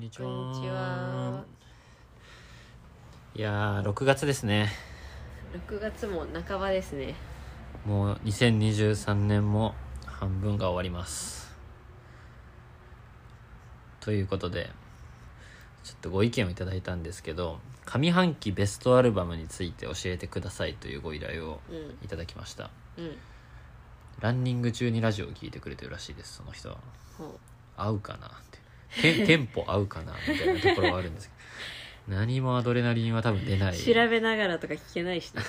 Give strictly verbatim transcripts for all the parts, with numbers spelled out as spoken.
にちは。 こんにちは。 いやーろくがつですね。 ろくがつも半ばですね。 もうにせんにじゅうさんねんも半分が終わります。ということでちょっとご意見をいただいたんですけど、上半期ベストアルバムについて教えてくださいというご依頼をいただきました、 うんうん、 ランニング中にラジオを聞いてくれてるらしいです。その人はほう合うかなってテンポ合うかなみたいなところはあるんですけど何もアドレナリンは多分出ない。 調べながらとか聞けないしね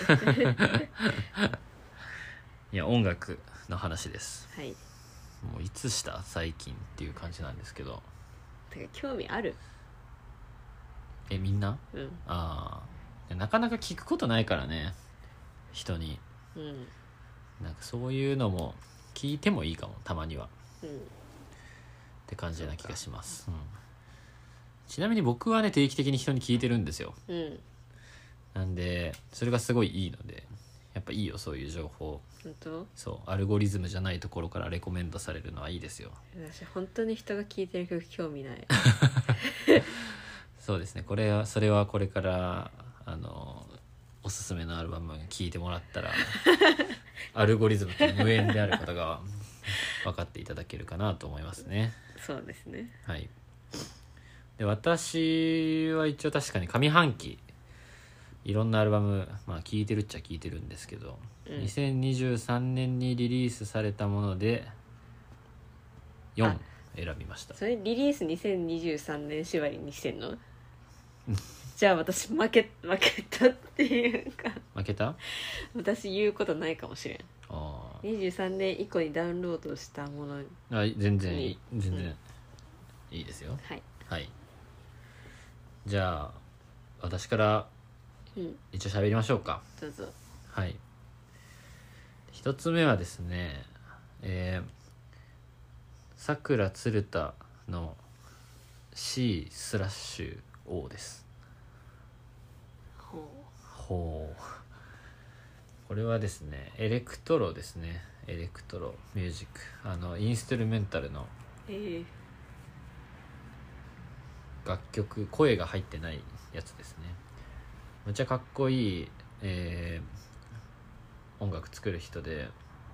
いや音楽の話です。 はい。 もういつした最近っていう感じなんですけど。 てか興味ある？ えみんなうんああなかなか聞くことないからね、人に。 うんなんかそういうのも聞いてもいいかも、たまにはうんって感じな気がします、うん、ちなみに僕はね定期的に人に聞いてるんですよ。 うんなんでそれがすごいいいので、やっぱいいよそういう情報。 本当？ そうアルゴリズムじゃないところからレコメンドされるのはいいですよ。 私本当に人が聞いてる曲興味ないそうですね、これはそれはこれからあのおすすめのアルバム聴いてもらったらアルゴリズムと無縁であることが分かっていただけるかなと思いますね。 そうですね。 はい。で私は一応確かに上半期いろんなアルバムまあ聴いてるっちゃ聴いてるんですけど、うん、にせんにじゅうさんねんにリリースされたものでよん選びました。 それリリースにせんにじゅうさんねん縛りにしてんの？じゃあ私負け負けたっていうか負けた？ 私言うことないかもしれん。 あにじゅうさんねん以降にダウンロードしたものあ全然いい全然いいですよ、 はい、 はい、じゃあ私から一応喋りましょうか、 うん、どうぞ。 はい一つ目はですね、えー、さくらつるたの C スラッシュ O です。 ほうほうこれはですねエレクトロですね。エレクトロミュージック、あのインストゥルメンタルの楽曲、声が入ってないやつですね。めっちゃかっこいい、えー、音楽作る人で、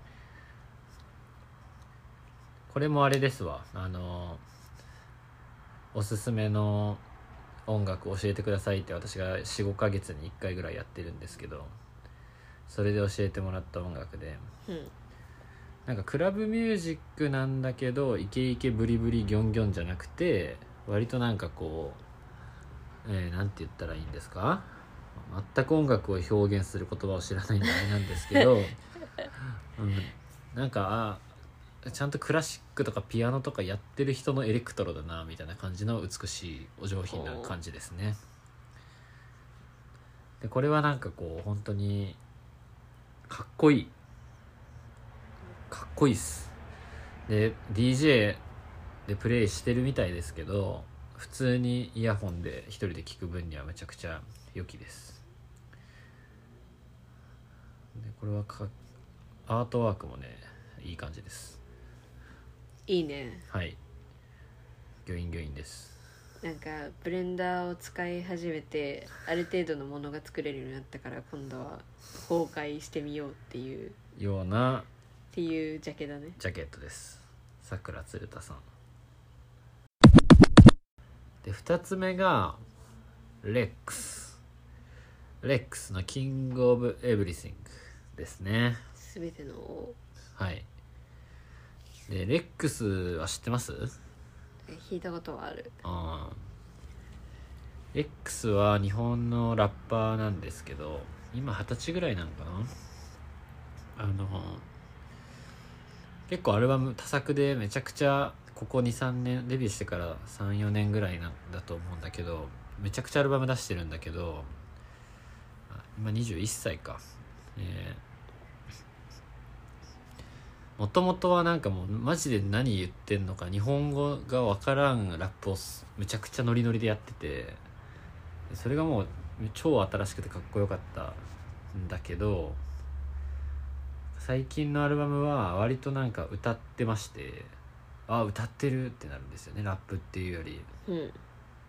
これもあれですわ、あのおすすめの音楽教えてくださいって私が よん,ご ヶ月にいっかいぐらいやってるんですけど、それで教えてもらった音楽で、うん、なんかクラブミュージックなんだけどイケイケブリブリギョンギョンじゃなくて、割となんかこう、えー、なんて言ったらいいんですか、全く音楽を表現する言葉を知らないんであれなんですけど、うん、なんかあちゃんとクラシックとかピアノとかやってる人のエレクトロだなみたいな感じの美しいお上品な感じですね。でこれはなんかこう本当にかっこいいかっこいいっす。で ディージェー でプレイしてるみたいですけど、普通にイヤホンで一人で聴く分にはめちゃくちゃ良きです。でこれはかアートワークもねいい感じです。 いいね。 はい、ギョインギョインです。 なんかブレンダーを使い始めてある程度のものが作れるようになったから、今度は崩壊してみようっていうようなっていうジャケだね。 ジャケットです。さくらつるたさんで、ふたつめがレックスレックスのキングオブエブリシングですね。 すべてのはい。でレックスは知ってます？ 聞いたことはある。 あレックスは日本のラッパーなんですけど、今二十歳ぐらいなのかな。あの結構アルバム多作でめちゃくちゃここ に,さん 年デビューしてから さん,よ 年ぐらいなんだと思うんだけど、めちゃくちゃアルバム出してるんだけど、今にじゅういっさいか。もともとはなんかもうマジで何言ってんのか日本語が分からんラップをめちゃくちゃノリノリでやってて、それがもう超新しくてかっこよかったんだけど、最近のアルバムは割となんか歌ってまして、あ歌ってるってなるんですよね、ラップっていうより。 うん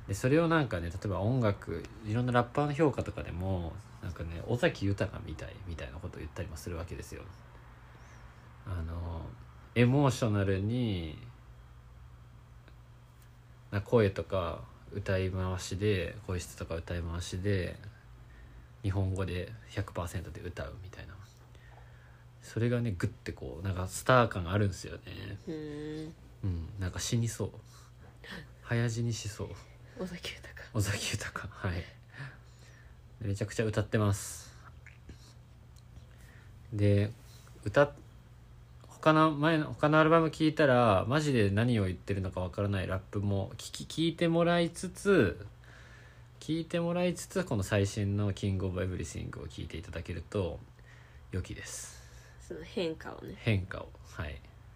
でそれをなんかね例えば音楽いろんなラッパーの評価とかでもなんかね尾崎豊みたいみたいなことを言ったりもするわけですよ。あのエモーショナルにな声とか歌い回しで声質とか歌い回しで日本語で ひゃくパーセント で歌うみたいな、それがねグッてこうなんかスター感があるんですよね。 うーんうん、なんか死にそう早死にしそう尾崎豊尾崎豊はいめちゃくちゃ歌ってます。で歌他の前の他のアルバム聞いたらマジで何を言ってるのかわからないラップも聞き聞いてもらいつつ聞いてもらいつつこの最新のキングオブエブリシングを聞いていただけると良きです。 その変化をね。 変化をはい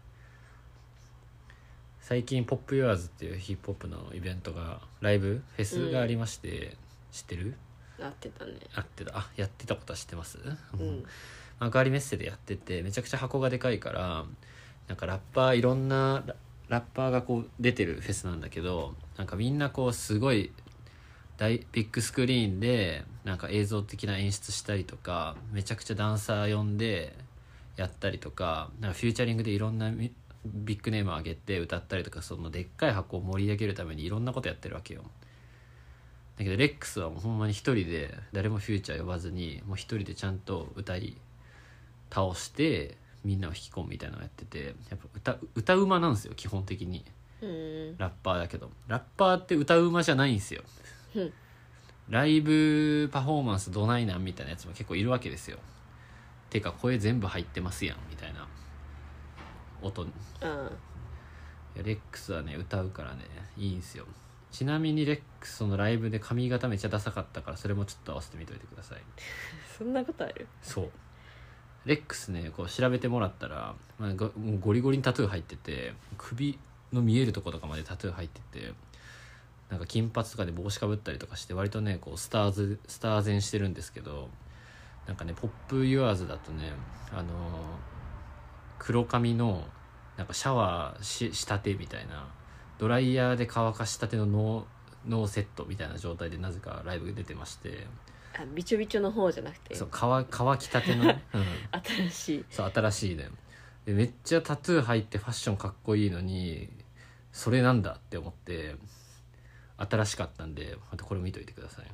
最近ポップユアーズっていうヒップホップのイベントがライブフェスがありまして、うん、知ってる？ 合ってたね。 合ってた。あやってたことは知ってます？ うん幕張メッセでやっててめちゃくちゃ箱がでかいからなんかラッパーいろんなララッパーがこう出てるフェスなんだけどなんかみんなこうすごい大ビッグスクリーンでなんか映像的な演出したりとかめちゃくちゃダンサー呼んでやったりとかなんかフューチャリングでいろんなビッグネームを上げて歌ったりとかそのでっかい箱を盛り上げるためにいろんなことやってるわけよ。だけどレックスはもうほんまに一人で誰もフューチャー呼ばずにもう一人でちゃんと歌い倒してみんなを引き込むみたいなのをやっててやっぱ歌歌うまなんですよ基本的に。 うんラッパーだけどラッパーって歌うまじゃないんですよ。 うんライブパフォーマンスどないなんみたいなやつも結構いるわけですよ。てか声全部入ってますやんみたいな音。 うんレックスはね歌うからねいいんすよ。ちなみにレックスのライブで髪型めっちゃダサかったからそれもちょっと合わせてみといてください。 そんなことある？ そうレックスねこう調べてもらったら、まあ、ごもうゴリゴリにタトゥー入ってて首の見えるとことかまでタトゥー入っててなんか金髪とかで帽子かぶったりとかして割とねこうスターズスター前してるんですけどなんかねポップユアーズだとねあのー、黒髪のなんかシャワー し, したてみたいなドライヤーで乾かしたてのノー、ノーセットみたいな状態でなぜかライブ出てましてあびちょびちょの方じゃなくてそう 乾, 乾きたての、ねうん、 新しいそう新しいねでめっちゃタトゥー入ってファッションかっこいいのにそれなんだって思って新しかったんでまたこれ見といてください。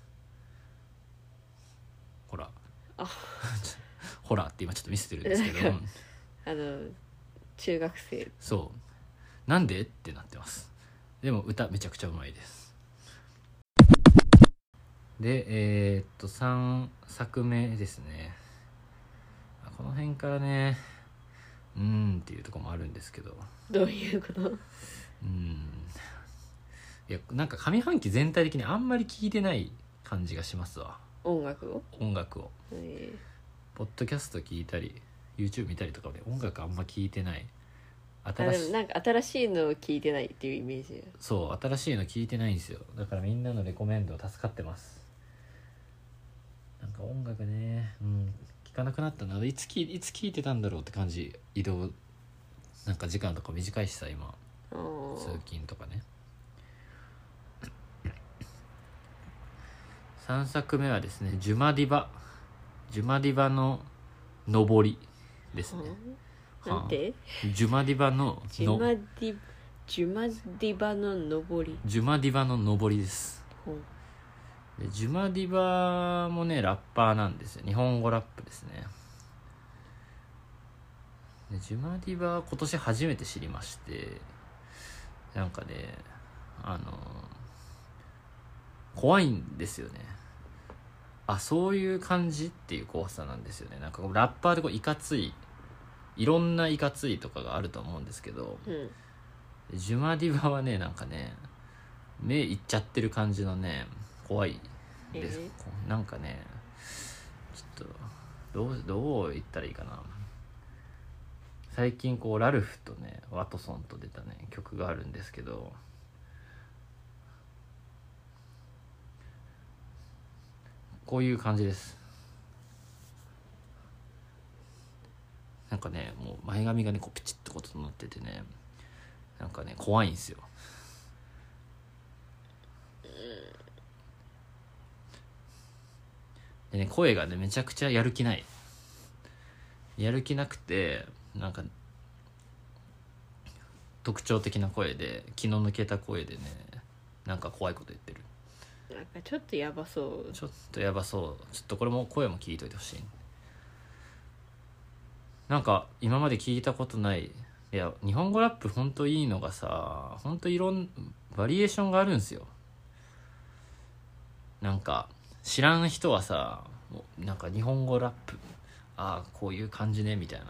ほらあほらって今ちょっと見せてるんですけどあの中学生そうなんでってなってます。でも歌めちゃくちゃうまいです。でえー、っとさんさくめですね。この辺からねうーんっていうところもあるんですけどどういうこと？ うーんいやなんか上半期全体的にあんまり聴いてない感じがしますわ。 音楽を音楽をえポッドキャスト聞いたり YouTube 見たりとかで音楽あんま聴いてない。 ー、あ新しいでもなんか新しいのを聞いてないっていうイメージ。 そう新しいの聞いてないんですよ。だからみんなのレコメンド助かってます。なんか音楽ねうん聞かなくなったないつきいつ聞いてたんだろうって感じ。移動なんか時間とか短いしさ今あー通勤とかね。さんさくめはですねジュマディバジュマディバの上りですね。 はあなんてジュマディバのジュマディジュマディバの上りジュマディバの上りです。 ほうでジュマディバもねラッパーなんですよ。日本語ラップですね。でジュマディバは今年初めて知りましてなんかねあの怖いんですよね。あそういう感じっていう怖さなんですよね。なんかこうラッパーでこういかついいろんないかついとかがあると思うんですけど、 うんジュマディバはねなんかね目いっちゃってる感じのね怖いです、 えこうなんかねちょっとどうどう言ったらいいかな。最近こうラルフとねワトソンと出たね曲があるんですけどこういう感じです。なんかねもう前髪がねこうピチッとこう整っててねなんかね怖いんですよ。 でね声がねめちゃくちゃやる気ない、やる気なくてなんか特徴的な声で気の抜けた声でねなんか怖いこと言ってる。 なんかちょっとやばそう。 ちょっとやばそう。ちょっとこれも声も聞いといてほしい。なんか今まで聞いたことない。いや日本語ラップほんといいのがさ、ほんといろんバリエーションがあるんですよ。なんか知らん人はさなんか日本語ラップああこういう感じねみたいな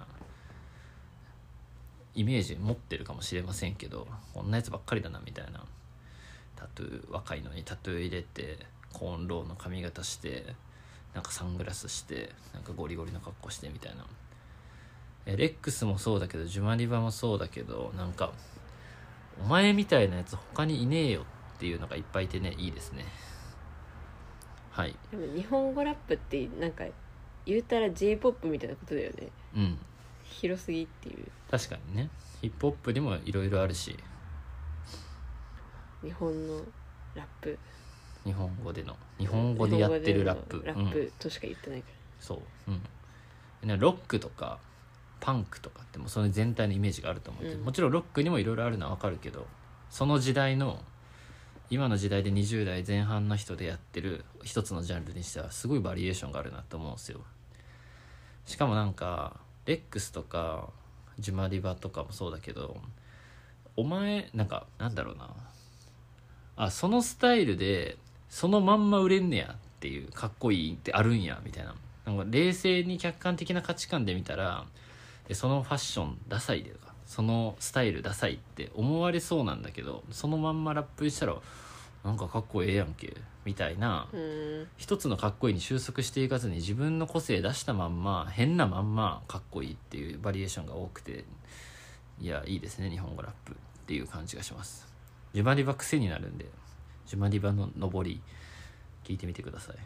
イメージ持ってるかもしれませんけど、こんなやつばっかりだなみたいな。タトゥー若いのにタトゥー入れてコーンローの髪型してなんかサングラスしてなんかゴリゴリの格好してみたいな。えレックスもそうだけどジュマリバもそうだけど、なんかお前みたいなやつ他にいねえよっていうのがいっぱいいてねいいですね。はい。 でも日本語ラップってなんか言うたら J-ポップ みたいなことだよね。 うん。 広すぎっていう。 確かにね。ヒップホップにもいろいろあるし。 日本のラップ。 日本語での日本語でやってるラップ。 ラップとしか言ってないから。 うん、そう。うん。ロックとかパンクとかってもうその全体のイメージがあると思うけど、うん、もちろんロックにもいろいろあるのは分かるけど、その時代の今の時代でにじゅう代前半の人でやってる一つのジャンルにしてはすごいバリエーションがあるなと思うんですよ。しかもなんかレックスとかジュマリバとかもそうだけど、お前なんかなんだろうなあそのスタイルでそのまんま売れんねやっていう、かっこいいってあるんやみたいな、なんか冷静に客観的な価値観で見たらそのファッションダサいでとかそのスタイルダサいって思われそうなんだけど、そのまんまラップしたらなんかかっこええやんけみたいな、一つのかっこいいに収束していかずに自分の個性出したまんま変なまんまかっこいいっていうバリエーションが多くて、いやいいですね日本語ラップっていう感じがします。ジュマリバ癖になるんでジュマリバの上り聞いてみてください。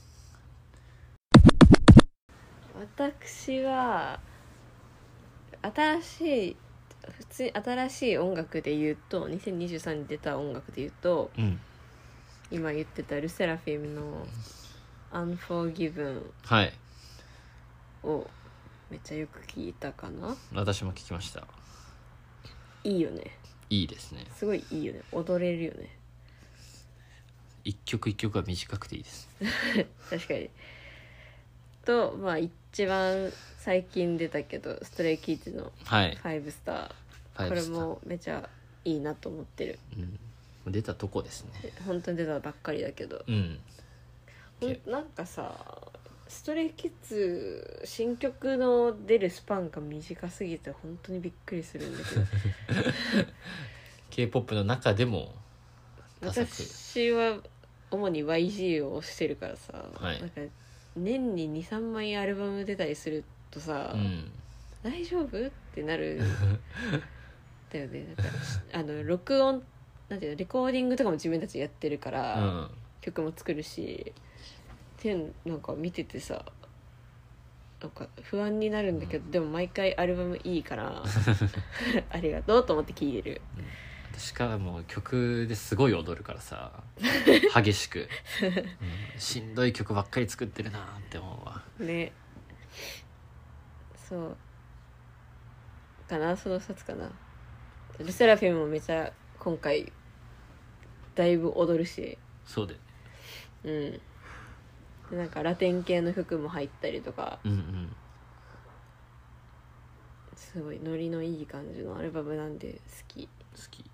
私は新しい普通に新しい音楽で言うとにせんにじゅうさんに出た音楽で言うと、 うん、 今言ってたルセラフィムの Unforgiven をめっちゃよく聞いたかな。 私も聞きました。 いいよね。 いいですね。 すごいいいよね。踊れるよね。 一曲一曲は短くていいです確かに。とまあ一番最近出たけどストレイキッズのファイブスター、はい、これもめちゃいいなと思ってる、 うん、出たとこですね。 本当に出たばっかりだけど、 うん、 なんかさストレイキッズ新曲の出るスパンが短すぎて本当にびっくりするんだけど K-ポップ の中でも私は主に ワイジー を推してるからさ、 はい、 なんか年に にさんまいアルバム出たりするとさ、うん、大丈夫ってなるだよね。なんかあの録音なんていうのレコーディングとかも自分たちやってるから、うん、曲も作るしってなんか見ててさなんか不安になるんだけど、うん、でも毎回アルバムいいからありがとうと思って聴いてる、うん、 私からもう曲ですごい踊るからさ激しく、うん、しんどい曲ばっかり作ってるなって思うわね。そうかな、そのふたつかな。ルセラフィムもめちゃ今回だいぶ踊るし、 そうでうんでなんかラテン系の曲も入ったりとか、 うんうん、 すごいノリのいい感じのアルバムなんで好き好き。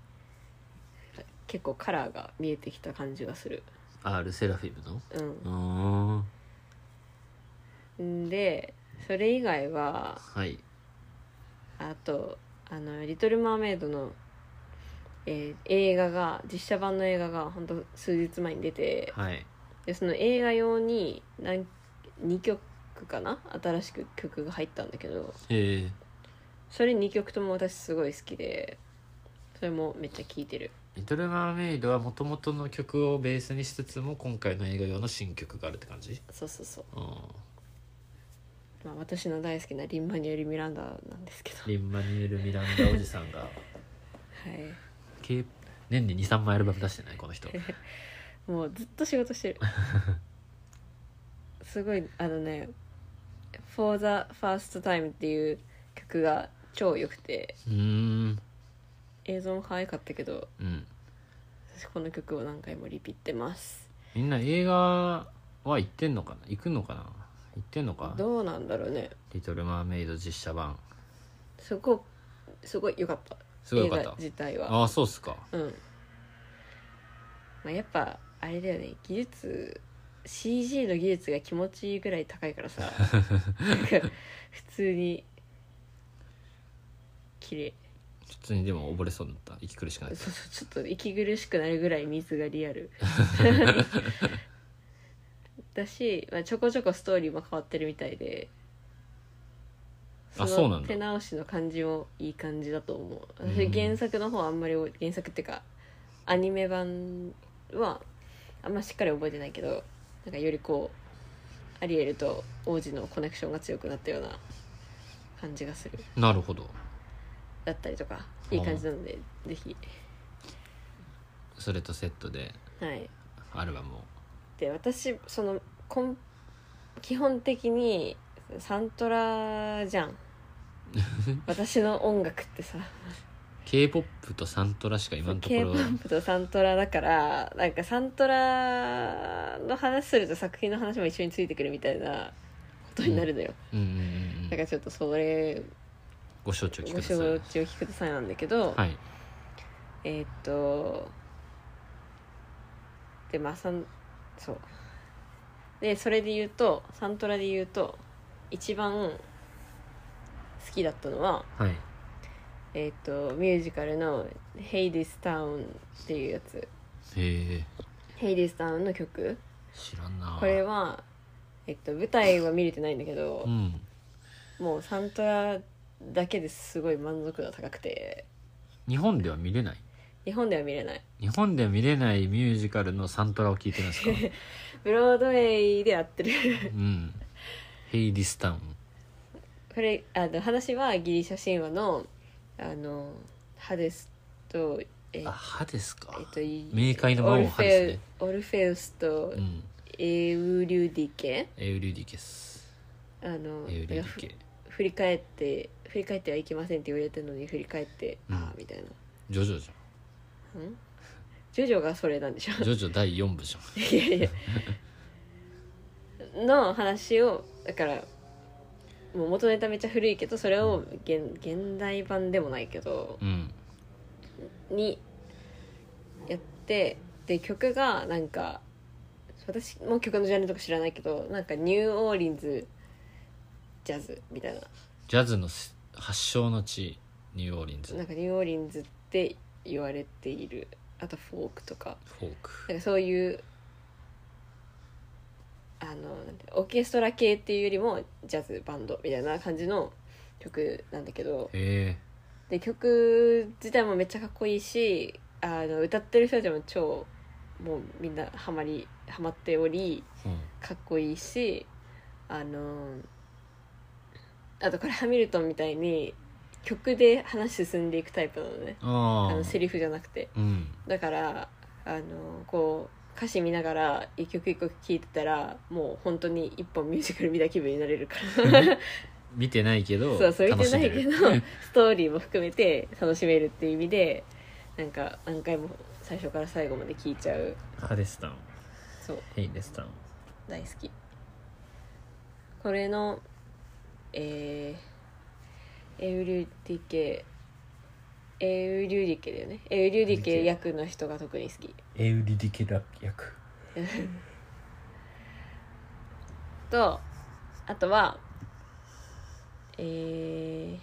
結構カラーが見えてきた感じがする。 あルセラフィムのうんでそれ以外は、 はい、 あとあのリトルマーメイドの、えー、映画が実写版の映画が本当数日前に出て、 はい、 でその映画用に何にきょくかな新しく曲が入ったんだけど、 へそれにきょくとも私すごい好きでそれもめっちゃ聴いてる。 リトルマーメイドはもともとの曲をベースにしつつも今回の映画用の新曲があるって感じ。 そうそうそう、 うんまあ、私の大好きなリンマニュエル・ミランダなんですけどリンマニュエル・ミランダおじさんがはい年に にさんまいアルバム出してないこの人もうずっと仕事してるすごいあのね「For the First Time」っていう曲が超良くて、 うーん映像も可愛かったけど、 うん私この曲を何回もリピってます。 みんな映画は行ってんのかな行くのかな行ってんのか。 どうなんだろうね。 リトル・マーメイド実写版すごいすごい良かった。 すごい良かった。 映画自体はああそうっすか。 うん、まあ、やっぱあれだよね、技術 シージー の技術が気持ちいいぐらい高いからさなんか普通に綺麗。 普通にでも溺れそうになった。息苦しくなった。 そうそう、ちょっと息苦しくなるぐらい水がリアルだし、まあ、ちょこちょこストーリーも変わってるみたいで、 あそうなんだ。 手直しの感じもいい感じだと思う。 うん私原作の方あんまり原作っていうかアニメ版はあんましっかり覚えてないけど、なんかよりこうアリエルと王子のコネクションが強くなったような感じがする。 なるほど。 だったりとかいい感じなので、ぜひ。 それとセットではいアルバムを。 で私そのコン基本的にサントラじゃん私の音楽ってさ K-ポップ とサントラしか今のところ K-ポップ とサントラだから、なんかサントラの話すると作品の話も一緒についてくるみたいなことになるのよ、 うんうんうんうんだからちょっとそれご承知おきくごださい。 承知おきくださいなんだけど、 はい。 えーっとでまあサンそうでそれで言うとサントラで言うと一番好きだったのははい。 えーっとミュージカルの「Hey This Town」っていうやつ。 へえ。 Hey This Town の曲、 知らんな。 これは、えっと、舞台は見れてないんだけどう、ん。 もうサントラだけですごい満足度が高くて、 日本では見れない。 日本では見れない。 日本では見れないミュージカルのサントラを聴いてるんですか。 ブロードウェイでやってるうん。ヘイディスタウン。 これあの話はギリシャ神話のあのハデスとえあ、ハですか。 えっとい冥界の魔王ハですね。 オルフェウスとうん。 エウリュディケ、 エウリュディケス。 あのエウリュディケ。 振り返って振り返ってはいけませんって言われてるのに振り返って、 うんああみたいな。 ジョジョじんジョジョがそれなんでしょゃん。ジョジョだいよん部じゃん。 いやいやの話をだからもう元ネタめっちゃ古いけどそれを現、現代版でもないけどうん。 にやってで曲がなんか私も曲のジャンルとか知らないけどなんかニューオーリンズジャズみたいなジャズの発祥の地ニューオーリンズ。 なんかニューオーリンズって言われている。あとフォークとかフォーク。 なんかそういうあのなんてオーケストラ系っていうよりもジャズバンドみたいな感じの曲なんだけど、 へえ。 で曲自体もめっちゃかっこいいし、あの歌ってる人たちも超もうみんなハマりハマっておりうん。 かっこいいし、あのあとこれハミルトンみたいに曲で話進んでいくタイプなのね。 ああ。 あのセリフじゃなくて、 うん。 だからあのこう歌詞見ながら一曲一曲聴いてたらもう本当に一本ミュージカル見た気分になれるから見てないけどそうそう見てないけど楽しめるストーリーも含めて楽しめるっていう意味でなんか何回も最初から最後まで聴いちゃう。 ハデスタウン。 そうヘイデスタウン。 大好き。これのえー、エウリュディケエウリュディケだよね。エウリュディケ役の人が特に好き。 エウリディケラ役とあとはえー、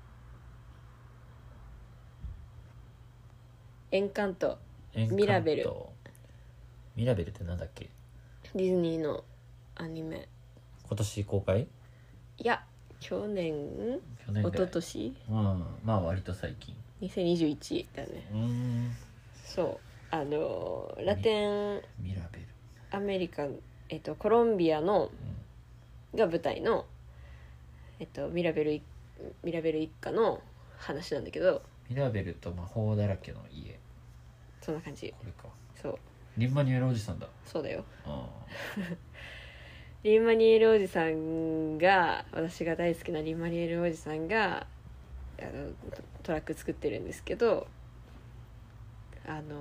エンカントミラベル。 ミラベルってなんだっけ。 ディズニーのアニメ。 今年公開。 いや去年去年一昨年まあまあ割と最近。 にせんにじゅういちだね。 うーん。 そうあのラテンミラベル。 アメリカ、えっと、コロンビアのが舞台の、えっと、ミラベルいミラベル一家の話なんだけど、 ミラベルと魔法だらけの家。 そんな感じ。 これか。 そうリンマニュエルおじさんだ。 そうだよ。 あリンマニエルおじさんが私が大好きなリンマニエルおじさんがあのトラック作ってるんですけど、あの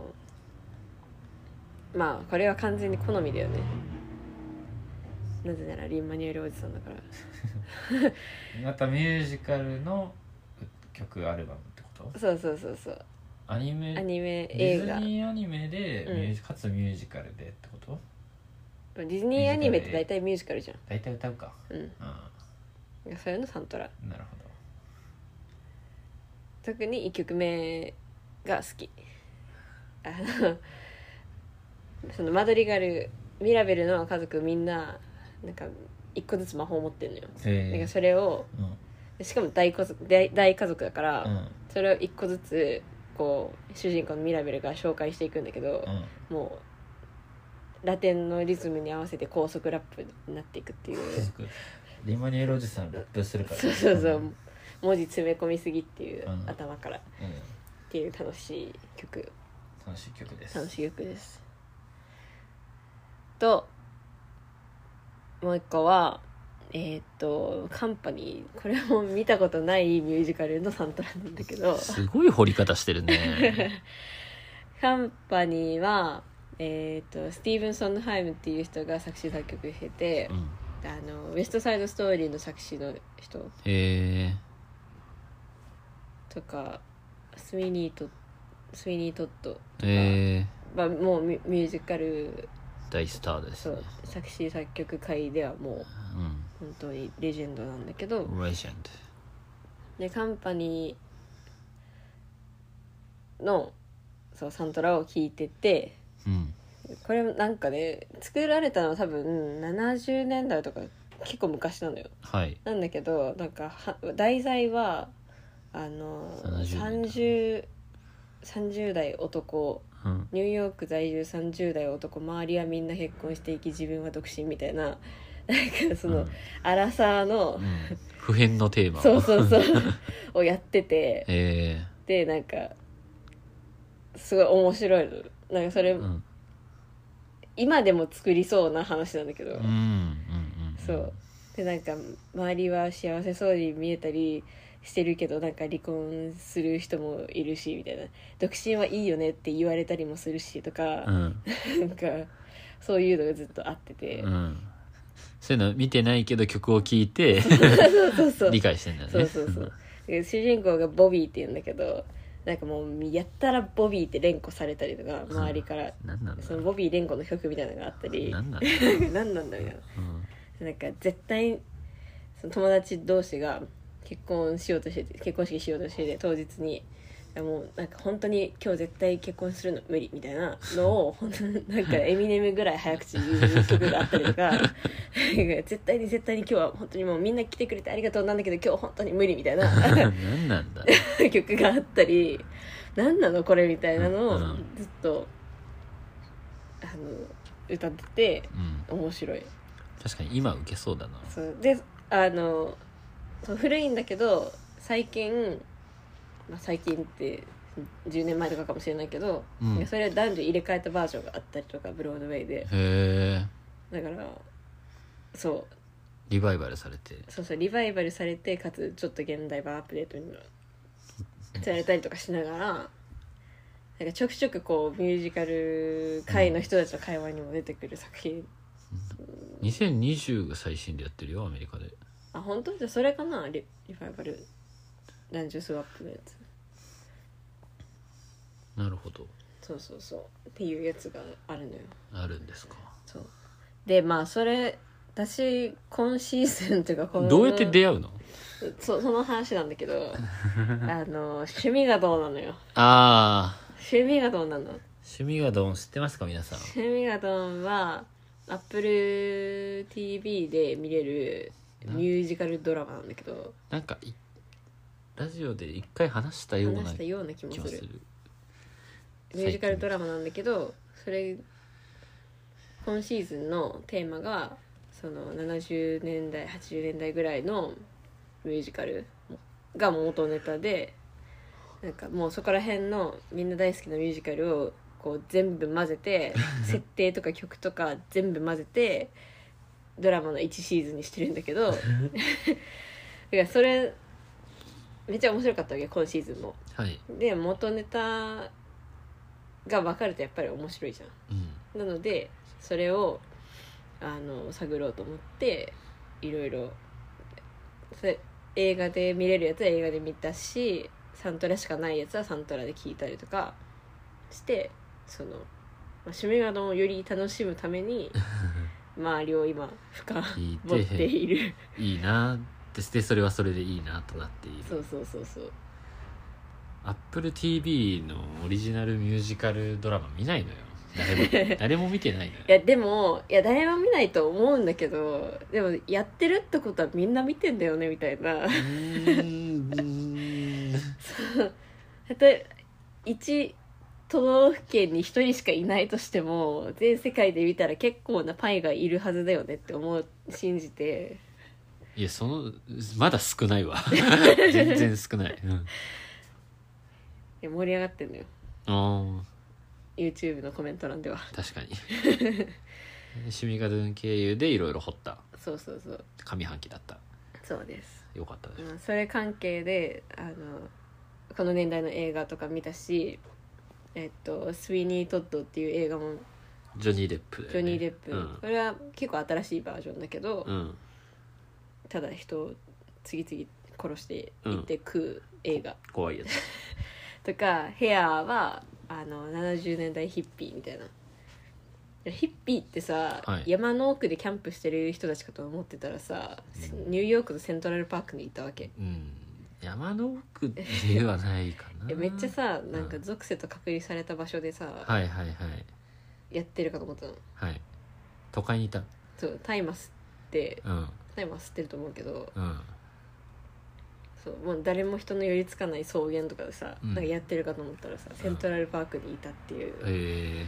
まあこれは完全に好みだよね。なぜならリンマニエルおじさんだからまたミュージカルの曲アルバムってこと？ そうそうそうそう。 アニメアニメディズ映画ニーアニメで、 うんミュージかつミュージカルでってこと？ ディズニーアニメって大体ミュージカルじゃん。 大体歌うか。 うんあそれのサントラ。 あ、なるほど。 特にいっきょくめが好き。あのそのマドリガルミラベルの家族みんななんか一個ずつ魔法を持ってるのよ。 へなんかそれをうんしかも大家族 大, 大家族だから、 うんそれを一個ずつこう主人公のミラベルが紹介していくんだけど、 うんもうラテンのリズムに合わせて高速ラップになっていくっていうリンマニエルおじさんラップするから、 そうそうそう、 ん文字詰め込みすぎっていう、 うん頭からっうん、 ていう楽しい曲楽しい曲です。 楽しい曲ですと、もう一個はえーっとカンパニー、これも見たことないミュージカルのサントラなんだけどすごい掘り方してるねカンパニーはえーっとスティーブン・ソンハイムっていう人が作詞作曲してて、 うんあのウエストサイドストーリーの作詞の人へえとかスウィニートスウィニートッドとか、 えまあ、もうミュミュージカル大スターですね。 そう作詞作曲界ではもううん本当にレジェンドなんだけど、 レジェンでカンパニーのそうサントラを聴いてて、 ド。うんこれなんかね作られたのは多分ななじゅうねんだいとか結構昔なのよ。 はいなんだけどなんかは題材はあのななじゅうねんださんじゅう、さんじゅう代男、 うんニューヨーク在住さんじゅう代男、周りはみんな結婚していき自分は独身みたいな、なんかその、 うんアラサーの、 うん普遍のテーマをそうそうそうをやってて、 えでなんかすごい面白いの。なんかそれ、 ーうん今でも作りそうな話なんだけど、 うんうんうんそうでなんか周りは幸せそうに見えたりしてるけどなんか離婚する人もいるしみたいな、独身はいいよねって言われたりもするしとか、 うんなんかそういうのがずっとあってて、 うんそういうの見てないけど曲を聴いてそうそうそう理解してんだよね。 そうそうそうで主人公がボビーって言うんだけど、なんかもうやったらボビーって連呼されたりとか周りから、 何なんだそのボビー連呼の曲みたいなのがあったり、 何なんだ何なんだみたいな、 うんなんか絶対その友達同士が結婚しようとしてて結婚式しようとしてて当日にもうなんか本当に今日絶対結婚するの無理みたいなのを本当になんかエミネムぐらい早口に言う曲があったりとか絶対に絶対に今日は本当にもうみんな来てくれてありがとうなんだけど今日本当に無理みたいな何なんだ曲があったり、何なのこれみたいなのをうんずっとあの歌っててうん面白い。 確かに今受けそうだな。 そうであのそう古いんだけど最近、まあ、最近ってじゅうねんまえとかかもしれないけど、 うんいやそれ男女入れ替えたバージョンがあったりとかブロードウェイで、 へえだからそうリバイバルされてそうそうリバイバルされてかつちょっと現代版アップデートにもされたりとかしながらなんかちょくちょくこうミュージカル界の人たちの会話にも出てくる作品、 にせんにじゅうが最新でやってるよアメリカで。 あ本当じゃあそれかなリリバイバル男女スワップのやつ。 なるほどそうそうそうっていうやつがあるのよ。 あるんですか。 そうでまあそれ私今シーズンっていうかこのどうやって出会うの？ そ, その話なんだけどあの趣味がどうなのよ。 ああ趣味がどうなの。 趣味がどん知ってますか皆さん？ 趣味がどんは Apple ティーブイ で見れるミュージカルドラマなんだけど、 なんかいラジオで一回話したような話したような気もする気もする。 ミュージカルドラマなんだけど、それ今シーズンのテーマがそのななじゅうねんだいはちじゅうねんだいぐらいのミュージカルが元ネタで、なんかもうそこら辺のみんな大好きなミュージカルをこう全部混ぜて設定とか曲とか全部混ぜてドラマのいちシーズンにしてるんだけどだからそれめっちゃ面白かったわけ今シーズンも。 はいで元ネタが分かるとやっぱり面白いじゃうんん。なのでそれをあの探ろうと思っていろいろそれ映画で見れるやつは映画で見たし、サントラしかないやつはサントラで聞いたりとかしてその、まあ、趣味ガドンをより楽しむために周りを今深聞い掘っているいいなってして、それはそれでいいなとなっている。 そうそうそうそう。 Apple ティーブイ のオリジナルミュージカルドラマ見ないのよ誰も誰も見てないのよ。 いやでもいや誰も見ないと思うんだけど、でもやってるってことはみんな見てんだよねみたいな。 うーんそう例えばいち都道府県にひとりしかいないとしても全世界で見たら結構なパイがいるはずだよねって思う信じて。 いやそのまだ少ないわ全然少ない、うん、 いや盛り上がってんのよあ YouTube のコメント欄では。 確かにシミガドゥン経由でいろいろ掘ったそうそうそう上半期だった。 そうです。 よかったです、 うん、それ関係であのこの年代の映画とか見たし、えっとスウィーニー・トッドっていう映画もジョニー・デップだよね、 ジョニー・デップ、 うんこれは結構新しいバージョンだけど、 うん、 ただ人を次々殺していって食う映画、 怖いやつとかヘアはあのななじゅうねんだいヒッピーみたいな。ヒッピーってさ、 はい山の奥でキャンプしてる人たちかと思ってたらさ、 うんニューヨークのセントラルパークにいたわけ。 うん山の奥ではないかなめっちゃさなんか属性と隔離された場所でさ、 はいはいはいやってるかと思ったの。 はい都会にいた。 そうタイマスってうんタイマス吸ってると思うけど、 うんそうもう誰も人の寄りつかない草原とかでさ、 うんなんかやってるかと思ったらさセントラルパークにいたっていう、 え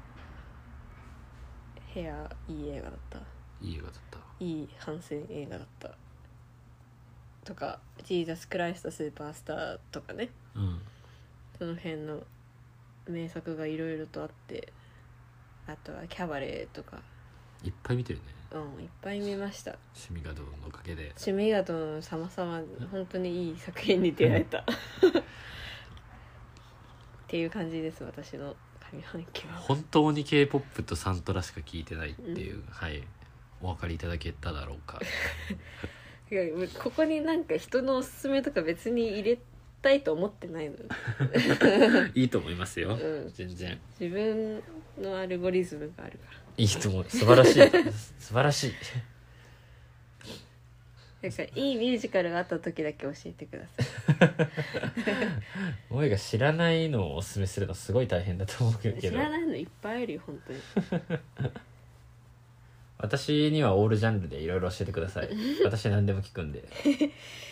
ヘアいい映画だった。 ー、いい映画だったいい反戦映画だったとか、ジーザス・クライスト・スーパースターとかね、 うんその辺の名作がいろいろとあって、あとはキャバレーとか、 いっぱい見てるねうんいっぱい見ました。 シミガドンのおかげで。 シミガドの様々本当にいい作品に出会えたっていう感じです私の上半期は。 本当に K-ポップ とサントラしか聞いてないっていう、うん、はいお分かりいただけただろうかいやここになんか人のおすすめとか別に入れたいと思ってないのいいと思いますよ、 うん、 全然自分のアルゴリズムがあるからいいと思う。素晴らしい素晴らしいなんかいいミュージカルがあった時だけ教えてください萌が知らないのをおすすめするのすごい大変だと思うけど、 知らないのいっぱいあるよ本当に私にはオールジャンルでいろいろ教えてください私何でも聞くんでじ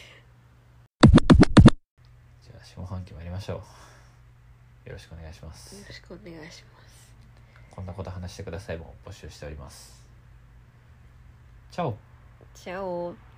ゃあ下半期もやりましょう。よろしくお願いします。 よろしくお願いします。 こんなこと話してくださいも募集しております。チャオ。 チャオ。